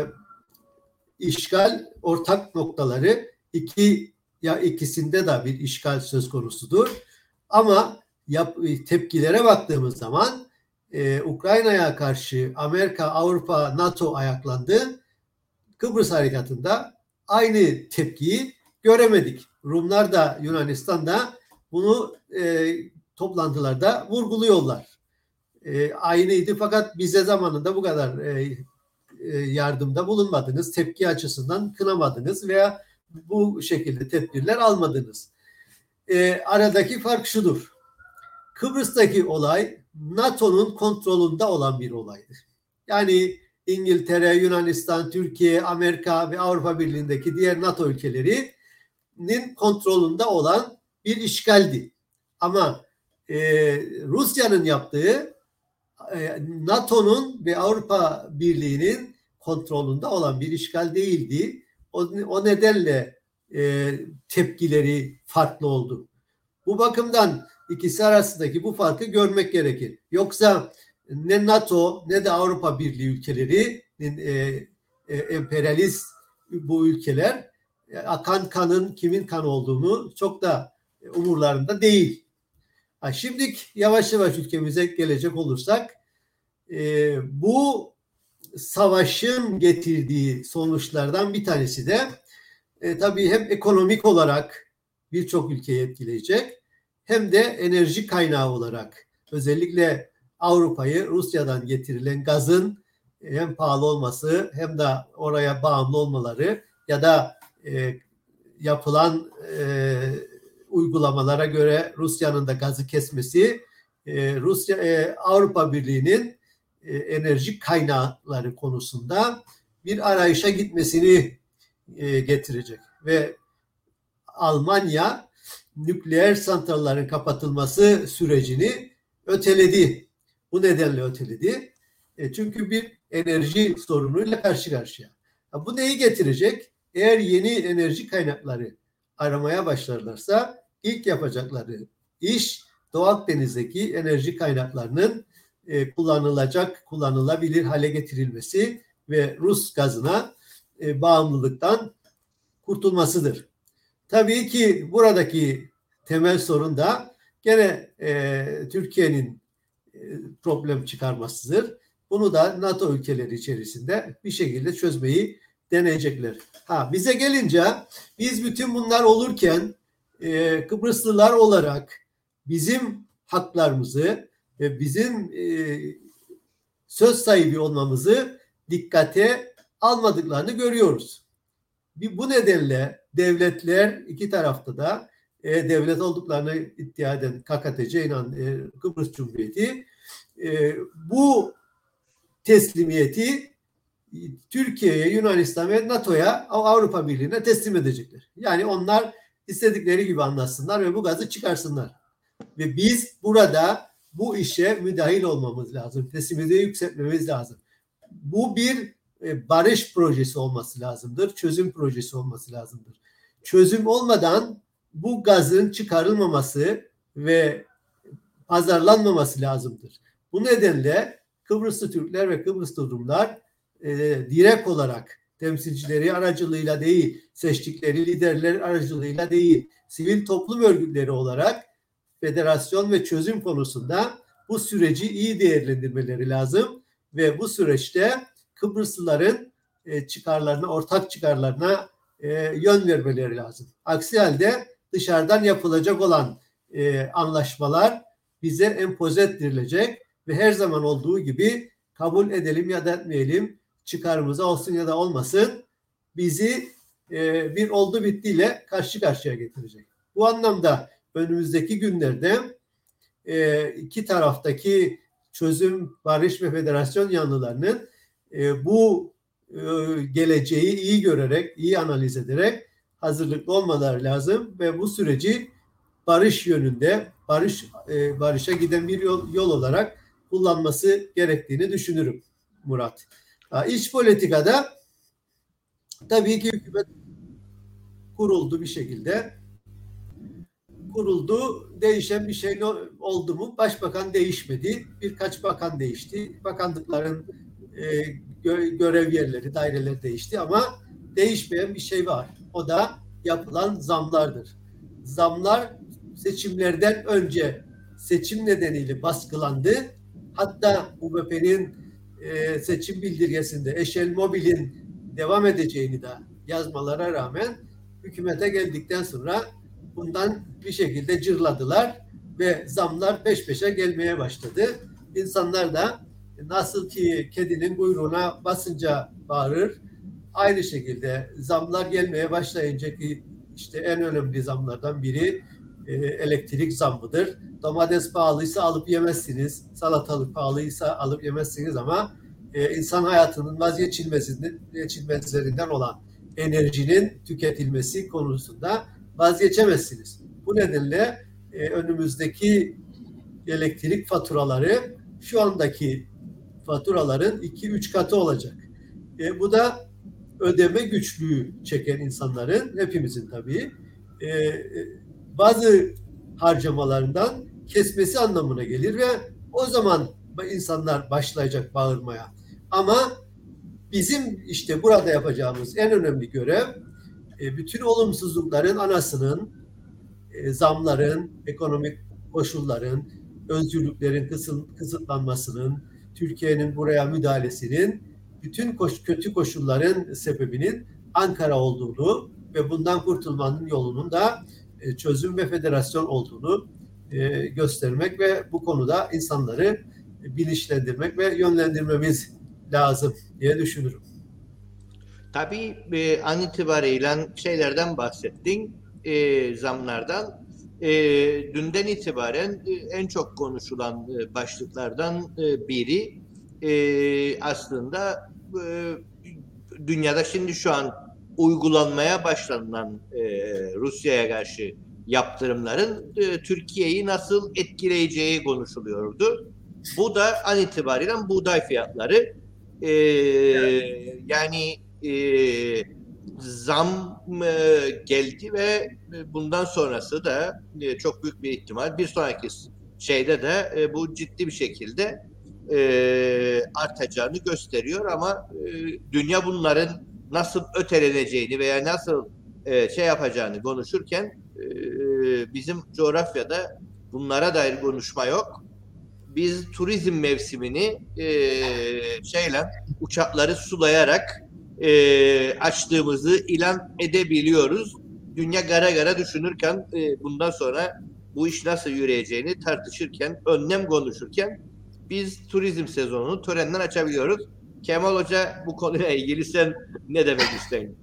işgal ortak noktaları ikisinde de bir işgal söz konusudur. Ama tepkilere baktığımız zaman Ukrayna'ya karşı Amerika, Avrupa, NATO ayaklandı. Kıbrıs harekatında aynı tepkiyi göremedik. Rumlar da Yunanistan'da bunu toplantılarda vurguluyorlar. Aynıydı fakat bize zamanında bu kadar yardımda bulunmadınız, tepki açısından kınamadınız veya bu şekilde tedbirler almadınız. Aradaki fark şudur. Kıbrıs'taki olay NATO'nun kontrolünde olan bir olaydır. Yani İngiltere, Yunanistan, Türkiye, Amerika ve Avrupa Birliği'ndeki diğer NATO ülkelerinin kontrolünde olan bir işgaldi. Ama Rusya'nın yaptığı NATO'nun ve Avrupa Birliği'nin kontrolünde olan bir işgal değildi. O nedenle tepkileri farklı oldu. Bu bakımdan ikisi arasındaki bu farkı görmek gerekir. Yoksa ne NATO ne de Avrupa Birliği ülkelerinin emperyalist bu ülkeler akan kanın kimin kanı olduğunu çok da umurlarında değil. Şimdi yavaş yavaş ülkemize gelecek olursak Bu savaşın getirdiği sonuçlardan bir tanesi de tabii hem ekonomik olarak birçok ülkeyi etkileyecek hem de enerji kaynağı olarak özellikle Avrupa'yı Rusya'dan getirilen gazın hem pahalı olması hem de oraya bağımlı olmaları ya da yapılan uygulamalara göre Rusya'nın da gazı kesmesi Avrupa Birliği'nin enerji kaynakları konusunda bir arayışa gitmesini getirecek ve Almanya nükleer santrallerin kapatılması sürecini öteledi. Bu nedenle öteledi. Çünkü bir enerji sorunuyla karşı karşıya. Bu neyi getirecek? Eğer yeni enerji kaynakları aramaya başlarlarsa ilk yapacakları iş Doğu Akdeniz'deki enerji kaynaklarının kullanılabilir hale getirilmesi ve Rus gazına bağımlılıktan kurtulmasıdır. Tabii ki buradaki temel sorun da gene Türkiye'nin problem çıkarmasıdır. Bunu da NATO ülkeleri içerisinde bir şekilde çözmeyi deneyecekler. Bize gelince biz bütün bunlar olurken Kıbrıslılar olarak bizim haklarımızı ve bizim söz sahibi olmamızı dikkate almadıklarını görüyoruz. Bu nedenle devletler iki tarafta da devlet olduklarını iddia eden KKTC inan Kıbrıs Cumhuriyeti bu teslimiyeti Türkiye'ye, Yunanistan ve NATO'ya, Avrupa Birliği'ne teslim edecekler. Yani onlar istedikleri gibi anlatsınlar ve bu gazı çıkarsınlar. Ve biz burada bu işe müdahil olmamız lazım. Sesimizi yükseltmemiz lazım. Bu bir barış projesi olması lazımdır. Çözüm projesi olması lazımdır. Çözüm olmadan bu gazın çıkarılmaması ve pazarlanmaması lazımdır. Bu nedenle Kıbrıslı Türkler ve Kıbrıslı Rumlar direkt olarak temsilcileri aracılığıyla değil, seçtikleri liderler aracılığıyla değil, sivil toplum örgütleri olarak federasyon ve çözüm konusunda bu süreci iyi değerlendirmeleri lazım ve bu süreçte Kıbrıslıların çıkarlarına, ortak çıkarlarına yön vermeleri lazım. Aksi halde dışarıdan yapılacak olan anlaşmalar bize empoze ettirilecek ve her zaman olduğu gibi kabul edelim ya da etmeyelim, çıkarımıza olsun ya da olmasın, bizi bir oldu bittiyle karşı karşıya getirecek. Bu anlamda önümüzdeki günlerde iki taraftaki çözüm, barış ve federasyon yanlılarının bu geleceği iyi görerek, iyi analiz ederek hazırlıklı olmaları lazım ve bu süreci barış yönünde, barışa giden bir yol olarak kullanması gerektiğini düşünürüm Murat. İç politikada tabii ki hükümet kuruldu bir şekilde. Kuruldu. Değişen bir şey oldu mu? Başbakan değişmedi. Birkaç bakan değişti. Bakanlıkların görev yerleri, daireler değişti ama değişmeyen bir şey var. O da yapılan zamlardır. Zamlar seçimlerden önce seçim nedeniyle baskılandı. Hatta UBP'nin seçim bildirgesinde Eşel Mobil'in devam edeceğini de yazmalara rağmen hükümete geldikten sonra bundan bir şekilde cırladılar ve zamlar peş peşe gelmeye başladı. İnsanlar da nasıl ki kedinin kuyruğuna basınca bağırır, aynı şekilde zamlar gelmeye başlayınca ki işte en önemli zamlardan biri elektrik zammıdır. Domates pahalıysa alıp yemezsiniz, salatalık pahalıysa alıp yemezsiniz ama insan hayatının vazgeçilmezlerinden olan enerjinin tüketilmesi konusunda vazgeçemezsiniz. Bu nedenle önümüzdeki elektrik faturaları şu andaki faturaların 2-3 katı olacak. Bu da ödeme güçlüğü çeken insanların, hepimizin tabii bazı harcamalarından kesmesi anlamına gelir ve o zaman insanlar başlayacak bağırmaya. Ama bizim işte burada yapacağımız en önemli görev bütün olumsuzlukların anasının, zamların, ekonomik koşulların, özgürlüklerin kısıtlanmasının, Türkiye'nin buraya müdahalesinin bütün kötü koşulların sebebinin Ankara olduğunu ve bundan kurtulmanın yolunun da çözüm ve federasyon olduğunu göstermek ve bu konuda insanları bilinçlendirmek ve yönlendirmemiz lazım diye düşünürüm. Tabii an itibariyle şeylerden bahsettin, zamlardan. Dünden itibaren en çok konuşulan başlıklardan biri aslında dünyada şimdi şu an uygulanmaya başlanılan Rusya'ya karşı yaptırımların Türkiye'yi nasıl etkileyeceği konuşuluyordu. Bu da an itibariyle buğday fiyatları. Yani zam geldi ve bundan sonrası da çok büyük bir ihtimal bir sonraki şeyde de bu ciddi bir şekilde artacağını gösteriyor ama dünya bunların nasıl öteleneceğini veya nasıl şey yapacağını konuşurken bizim coğrafyada bunlara dair konuşma yok. Biz turizm mevsimini uçakları sulayarak açtığımızı ilan edebiliyoruz. Dünya gara gara düşünürken bundan sonra bu iş nasıl yürüyeceğini tartışırken, önlem konuşurken biz turizm sezonunu törenden açabiliyoruz. Kemal Hoca bu konuyla ilgili sen ne demek isteyin?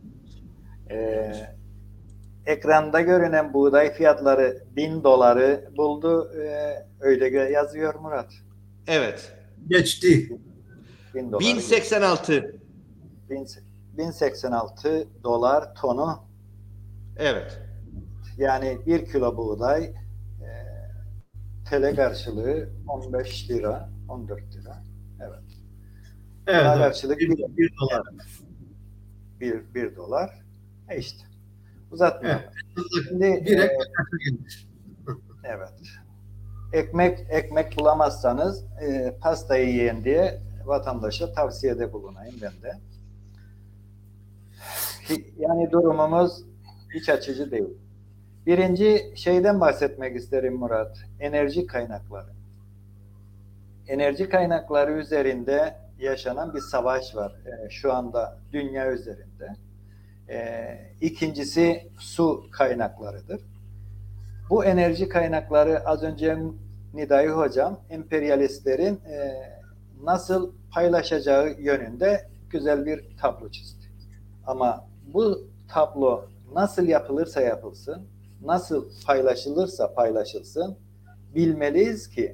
Ekranda görünen buğday fiyatları $1000 buldu. Öyle yazıyor Murat. Evet. Geçti. 1086. 1086 dolar tonu. Evet. Yani 1 kilo buğday TL karşılığı 15 lira, 14 lira. Evet. Evet. Karşılık bir dolar. 1 dolar. İşte. Uzatmayalım. Evet. Şimdi evet. Ekmek bulamazsanız pastayı yiyin diye vatandaşa tavsiyede bulunayım ben de. Yani durumumuz iç açıcı değil. Birinci şeyden bahsetmek isterim Murat. Enerji kaynakları. Enerji kaynakları üzerinde yaşanan bir savaş var şu anda dünya üzerinde. İkincisi su kaynaklarıdır. Bu enerji kaynakları az önce Nidai Hocam emperyalistlerin nasıl paylaşacağı yönünde güzel bir tablo çizdi. Ama bu tablo nasıl yapılırsa yapılsın, nasıl paylaşılırsa paylaşılsın bilmeliyiz ki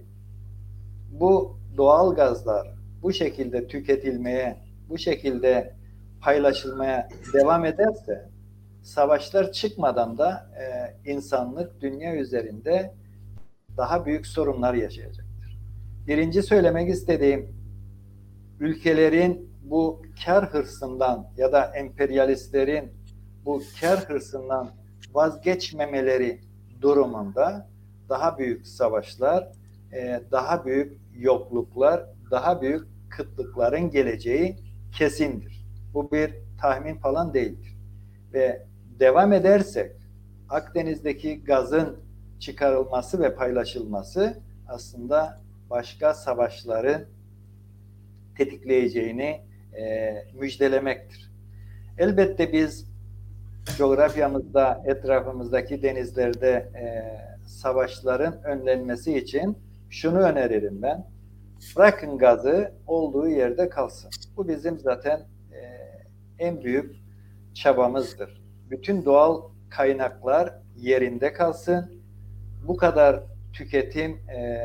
bu doğal gazlar bu şekilde tüketilmeye, bu şekilde paylaşılmaya devam ederse savaşlar çıkmadan da insanlık dünya üzerinde daha büyük sorunlar yaşayacaktır. Birinci söylemek istediğim ülkelerin bu kar hırsından ya da emperyalistlerin bu kar hırsından vazgeçmemeleri durumunda daha büyük savaşlar, daha büyük yokluklar, daha büyük kıtlıkların geleceği kesindir. Bu bir tahmin falan değildir. Ve devam edersek Akdeniz'deki gazın çıkarılması ve paylaşılması aslında başka savaşların tetikleyeceğini müjdelemektir. Elbette biz coğrafyamızda, etrafımızdaki denizlerde savaşların önlenmesi için şunu öneririm ben. Bırakın gazı olduğu yerde kalsın. Bu bizim zaten en büyük çabamızdır. Bütün doğal kaynaklar yerinde kalsın. Bu kadar tüketim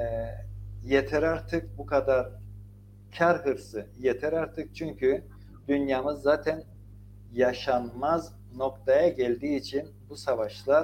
yeter artık. Bu kadar kar hırsı yeter artık. Çünkü dünyamız zaten yaşanmaz noktaya geldiği için bu savaşlar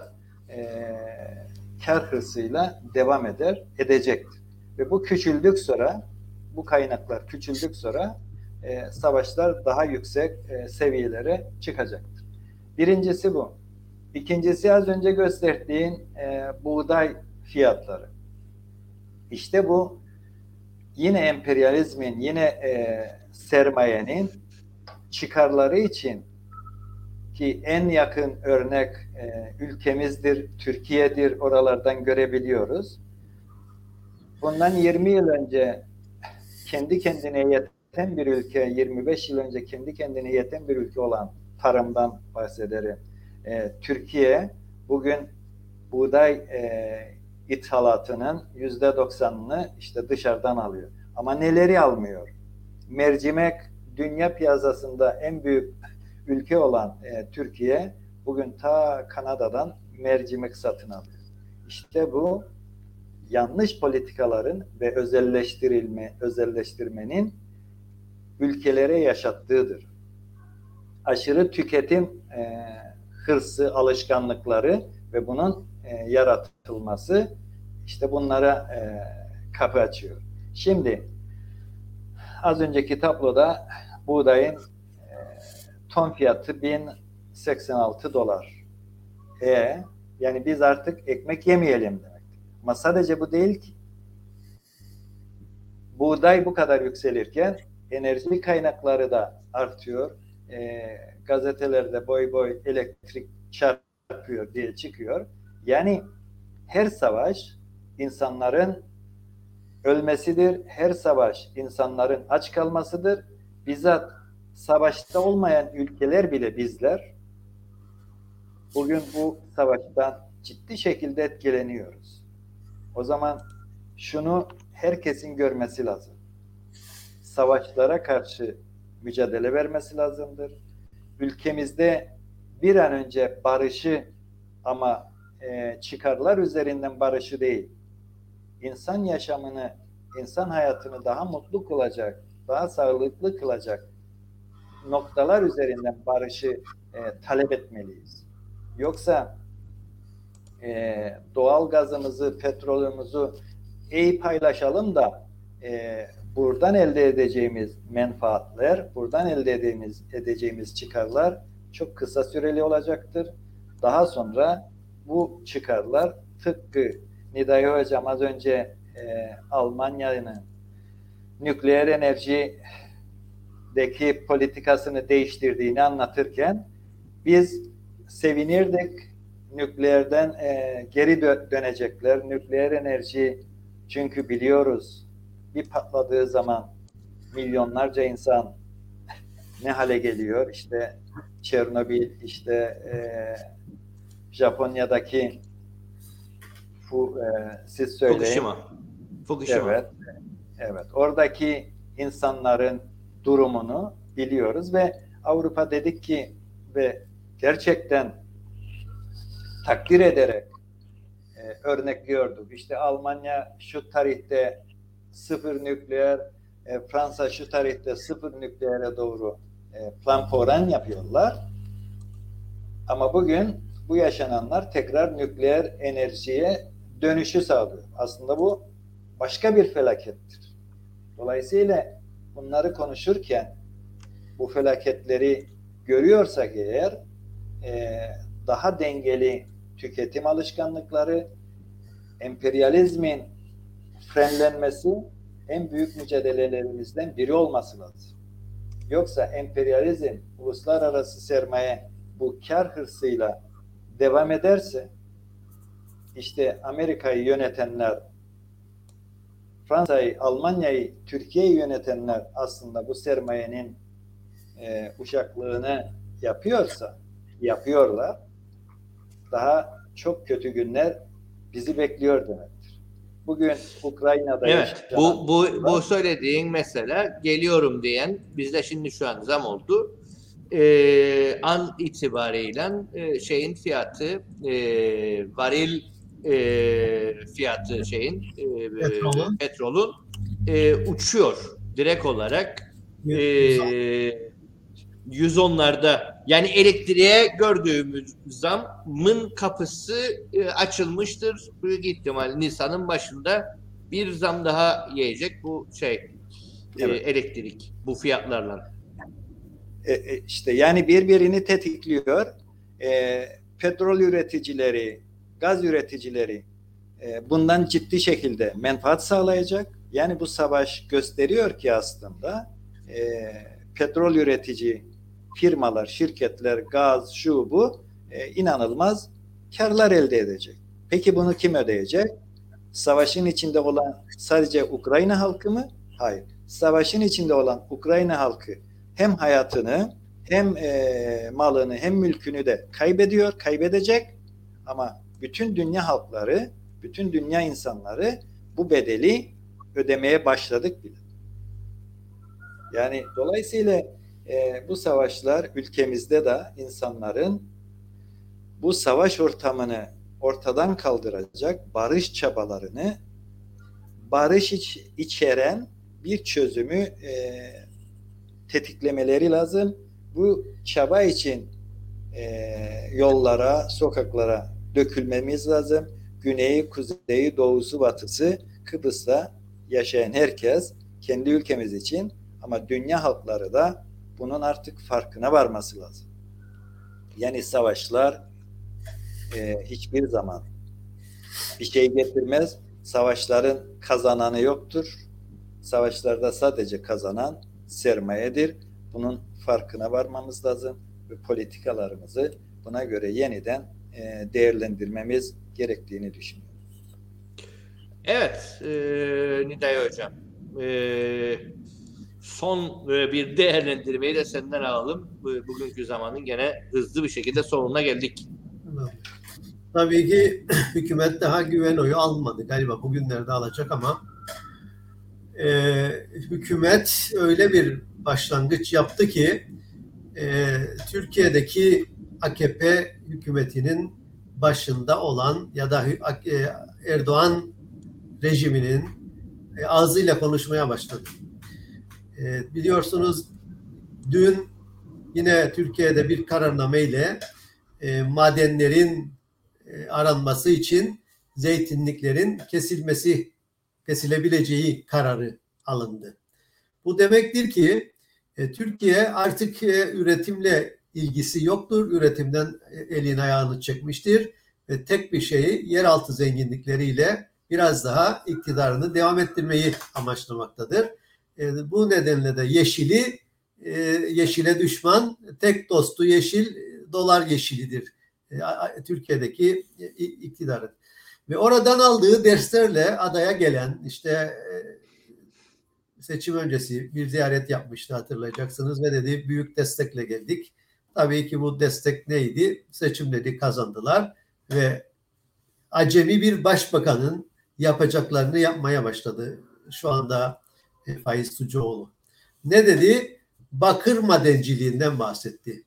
kar hırsıyla devam edecektir. Ve bu küçüldük sonra, bu kaynaklar küçüldük sonra savaşlar daha yüksek seviyelere çıkacaktır. Birincisi bu. İkincisi az önce gösterdiğin buğday fiyatları. İşte bu yine emperyalizmin, yine sermayenin çıkarları için ki en yakın örnek ülkemizdir, Türkiye'dir, oralardan görebiliyoruz. Bundan 20 yıl önce kendi kendine yeten bir ülke, 25 yıl önce kendi kendine yeten bir ülke olan tarımdan bahsederim. Türkiye bugün buğday ithalatının %90'ını işte dışarıdan alıyor. Ama neleri almıyor? Mercimek, dünya piyasasında en büyük ülke olan Türkiye bugün ta Kanada'dan mercimek satın alıyor. İşte bu yanlış politikaların ve özelleştirmenin ülkelere yaşattığıdır. Aşırı tüketim hırsı, alışkanlıkları ve bunun yaratılması işte bunlara kapı açıyor. Şimdi az önceki tabloda buğdayın ton fiyatı 1086 dolar. Yani biz artık ekmek yemeyelim demek. Ama sadece bu değil ki. Buğday bu kadar yükselirken enerji kaynakları da artıyor. Gazetelerde boy boy elektrik çarpıyor diye çıkıyor. Yani her savaş insanların ölmesidir. Her savaş insanların aç kalmasıdır. Bizzat savaşta olmayan ülkeler bile bizler bugün bu savaştan ciddi şekilde etkileniyoruz. O zaman şunu herkesin görmesi lazım. Savaşlara karşı mücadele vermesi lazımdır. Ülkemizde bir an önce barışı ama çıkarlar üzerinden barışı değil, insan yaşamını, insan hayatını daha mutlu kılacak, daha sağlıklı kılacak noktalar üzerinden barışı talep etmeliyiz. Yoksa doğal gazımızı, petrolümüzü iyi paylaşalım da buradan elde edeceğimiz menfaatler, buradan elde edeceğimiz çıkarlar çok kısa süreli olacaktır. Daha sonra bu çıkarlar tıpkı Nidai Hocam az önce Almanya'nın nükleer enerjideki politikasını değiştirdiğini anlatırken biz sevinirdik. Nükleerden geri dönecekler. Nükleer enerji çünkü biliyoruz bir patladığı zaman milyonlarca insan ne hale geliyor? İşte Çernobil, işte Japonya'daki siz söyleyin. Fukushima. Evet. Oradaki insanların durumunu biliyoruz ve Avrupa dedik ki ve gerçekten takdir ederek örnekliyorduk. İşte Almanya şu tarihte 0 nükleer, Fransa şu tarihte 0 nükleere doğru plan program yapıyorlar. Ama bugün bu yaşananlar tekrar nükleer enerjiye dönüşü sağlıyor. Aslında bu başka bir felakettir. Dolayısıyla bunları konuşurken bu felaketleri görüyorsak eğer daha dengeli tüketim alışkanlıkları, emperyalizmin frenlenmesi en büyük mücadelelerimizden biri olması lazım. Yoksa emperyalizm, uluslararası sermaye bu kar hırsıyla devam ederse işte Amerika'yı yönetenler, Fransa'yı, Almanya'yı, Türkiye'yi yönetenler aslında bu sermayenin uşaklığını yapıyorlar. Daha çok kötü günler bizi bekliyor demektir. Bugün Ukrayna'da bu söylediğin mesela geliyorum diyen bizde şimdi şu an zam oldu. An itibariyle şeyin fiyatı varil fiyatı petrolün uçuyor direkt olarak 110'larda yani elektriğe gördüğümüz zamın kapısı açılmıştır. Büyük ihtimal Nisan'ın başında bir zam daha yiyecek bu elektrik bu fiyatlarla. İşte yani birbirini tetikliyor. Petrol üreticileri, gaz üreticileri bundan ciddi şekilde menfaat sağlayacak. Yani bu savaş gösteriyor ki aslında petrol üretici firmalar, şirketler, gaz, şu bu inanılmaz karlar elde edecek. Peki bunu kim ödeyecek? Savaşın içinde olan sadece Ukrayna halkı mı? Hayır. savaşın içinde olan Ukrayna halkı hem hayatını hem malını hem mülkünü de kaybedecek ama bütün dünya halkları, bütün dünya insanları bu bedeli ödemeye başladık bile. Yani dolayısıyla bu savaşlar ülkemizde de insanların bu savaş ortamını ortadan kaldıracak barış çabalarını, barış içeren bir çözümü tetiklemeleri lazım. Bu çaba için yollara, sokaklara dökülmemiz lazım. Güneyi, kuzeyi, doğusu, batısı, Kıbrıs'ta yaşayan herkes kendi ülkemiz için ama dünya halkları da bunun artık farkına varması lazım. Yani savaşlar hiçbir zaman bir şey getirmez. Savaşların kazananı yoktur. Savaşlarda sadece kazanan sermayedir. Bunun farkına varmamız lazım ve politikalarımızı buna göre yeniden değerlendirmemiz gerektiğini düşünüyorum. Evet, Nidai Hocam. Son bir değerlendirmeyi de senden alalım. Bugünkü zamanın gene hızlı bir şekilde sonuna geldik. Tabii ki hükümet daha güven oyu almadı. Galiba bugünlerde alacak ama hükümet öyle bir başlangıç yaptı ki Türkiye'deki AKP hükümetinin başında olan ya da Erdoğan rejiminin ağzıyla konuşmaya başladı. Biliyorsunuz dün yine Türkiye'de bir kararnameyle madenlerin aranması için zeytinliklerin kesilebileceği kararı alındı. Bu demektir ki Türkiye artık üretimle ilgisi yoktur. Üretimden elini ayağını çekmiştir. Tek bir şeyi yeraltı zenginlikleriyle biraz daha iktidarını devam ettirmeyi amaçlamaktadır. Bu nedenle de yeşile düşman, tek dostu yeşil, dolar yeşilidir. Türkiye'deki iktidarın. Ve oradan aldığı derslerle adaya gelen, işte seçim öncesi bir ziyaret yapmıştı hatırlayacaksınız ve dedi büyük destekle geldik. Tabii ki bu destek neydi? Seçimleri kazandılar ve acemi bir başbakanın yapacaklarını yapmaya başladı. Şu anda Faiz Sucuoğlu. Ne dedi? Bakır madenciliğinden bahsetti.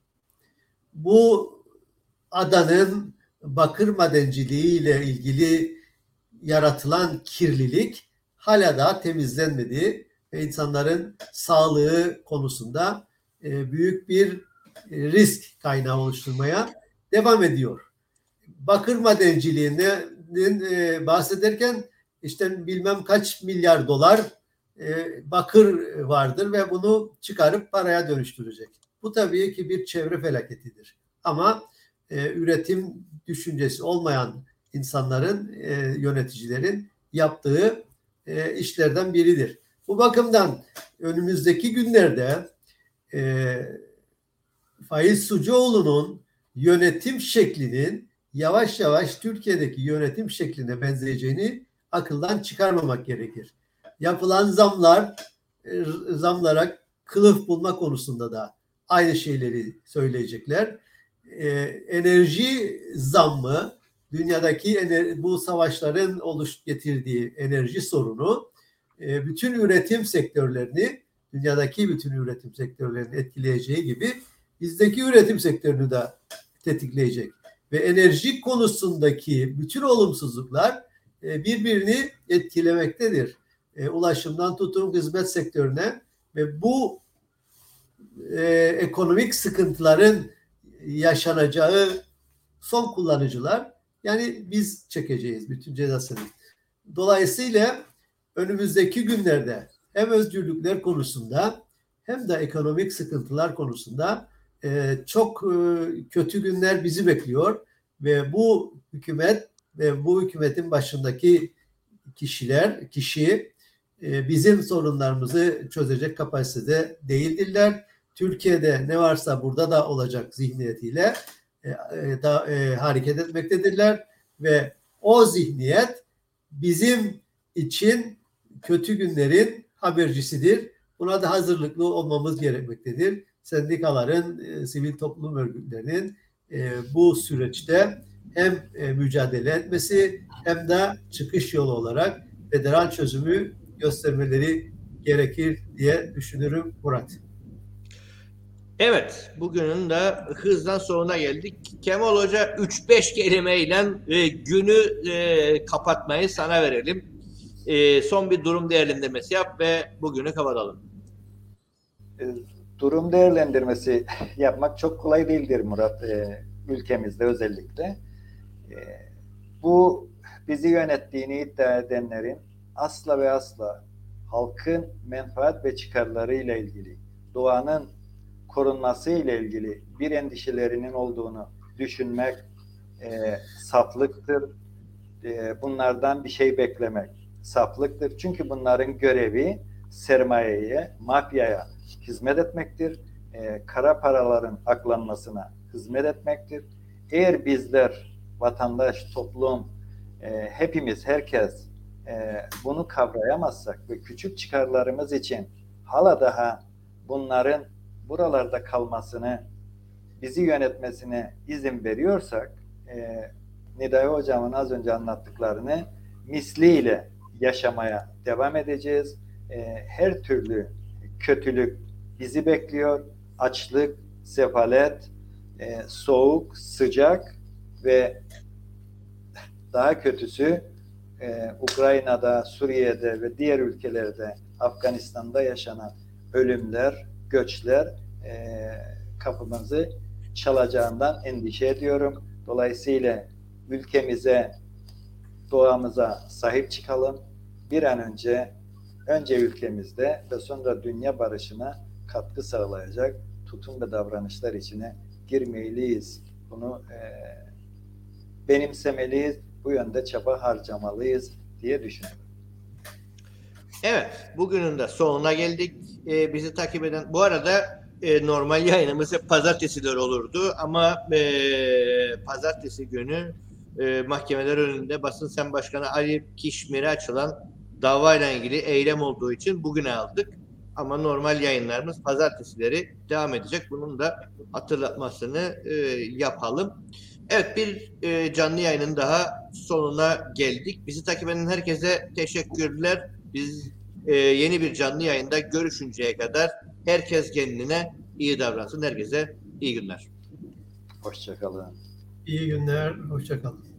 Bu adanın bakır madenciliği ile ilgili yaratılan kirlilik hala daha temizlenmedi ve insanların sağlığı konusunda büyük bir risk kaynağı oluşturmaya devam ediyor. Bakır madenciliğinden bahsederken işte bilmem kaç milyar dolar bakır vardır ve bunu çıkarıp paraya dönüştürecek. Bu tabii ki bir çevre felaketidir. Ama üretim düşüncesi olmayan insanların, yöneticilerin yaptığı işlerden biridir. Bu bakımdan önümüzdeki günlerde Faiz Sucuoğlu'nun yönetim şeklinin yavaş yavaş Türkiye'deki yönetim şekline benzeyeceğini akıldan çıkarmamak gerekir. Yapılan zamlara kılıf bulma konusunda da aynı şeyleri söyleyecekler. Enerji zammı, dünyadaki bu savaşların getirdiği enerji sorunu bütün üretim sektörlerini, dünyadaki bütün üretim sektörlerini etkileyeceği gibi bizdeki üretim sektörünü de tetikleyecek. Ve enerji konusundaki bütün olumsuzluklar birbirini etkilemektedir. Ulaşımdan tutun hizmet sektörüne ve bu ekonomik sıkıntıların yaşanacağı son kullanıcılar, yani biz çekeceğiz bütün cezasını. Dolayısıyla önümüzdeki günlerde hem özgürlükler konusunda hem de ekonomik sıkıntılar konusunda çok kötü günler bizi bekliyor ve bu hükümet ve bu hükümetin başındaki kişi bizim sorunlarımızı çözecek kapasitede değildirler. Türkiye'de ne varsa burada da olacak zihniyetiyle hareket etmektedirler ve o zihniyet bizim için kötü günlerin habercisidir. Buna da hazırlıklı olmamız gerekmektedir. Sendikaların, sivil toplum örgütlerinin bu süreçte hem mücadele etmesi hem de çıkış yolu olarak federal çözümü göstermeleri gerekir diye düşünürüm Murat. Evet, bugünün de hızdan sonuna geldik. Kemal Hoca 3-5 kelimeyle günü kapatmayı sana verelim. Son bir durum değerlendirmesi yap ve bugünü kapatalım. Durum değerlendirmesi yapmak çok kolay değildir Murat, ülkemizde özellikle. Bu bizi yönettiğini iddia edenlerin asla ve asla halkın menfaat ve çıkarları ile ilgili, doğanın korunması ile ilgili bir endişelerinin olduğunu düşünmek saflıktır. Bunlardan bir şey beklemek saflıktır. Çünkü bunların görevi sermayeye, mafyaya hizmet etmektir. Kara paraların aklanmasına hizmet etmektir. Eğer bizler, vatandaş, toplum, hepimiz, herkes bunu kavrayamazsak ve küçük çıkarlarımız için hala daha bunların buralarda kalmasını, bizi yönetmesine izin veriyorsak, Nidai Hocam'ın az önce anlattıklarını misliyle yaşamaya devam edeceğiz. Her türlü kötülük bizi bekliyor. Açlık, sefalet, soğuk, sıcak ve daha kötüsü Ukrayna'da, Suriye'de ve diğer ülkelerde, Afganistan'da yaşanan ölümler, göçler kapımızı çalacağından endişe ediyorum. Dolayısıyla ülkemize, doğamıza sahip çıkalım. Bir an önce ülkemizde ve sonra dünya barışına katkı sağlayacak tutum ve davranışlar içine girmeliyiz. Bunu benimsemeliyiz. Bu yönde çaba harcamalıyız diye düşünüyorum. Evet, bugünün de sonuna geldik. Bizi takip eden, bu arada normal yayınımız hep pazartesiler olurdu ama pazartesi günü mahkemeler önünde Basın Sen Başkanı Ali Kişmir'e açılan davayla ilgili eylem olduğu için bugüne aldık. Ama normal yayınlarımız pazartesileri devam edecek. Bunun da hatırlatmasını yapalım. Evet, bir canlı yayının daha sonuna geldik. Bizi takip eden herkese teşekkürler. Biz yeni bir canlı yayında görüşünceye kadar herkes kendine iyi davransın. Herkese iyi günler. Hoşça kalın. İyi günler, hoşça kalın.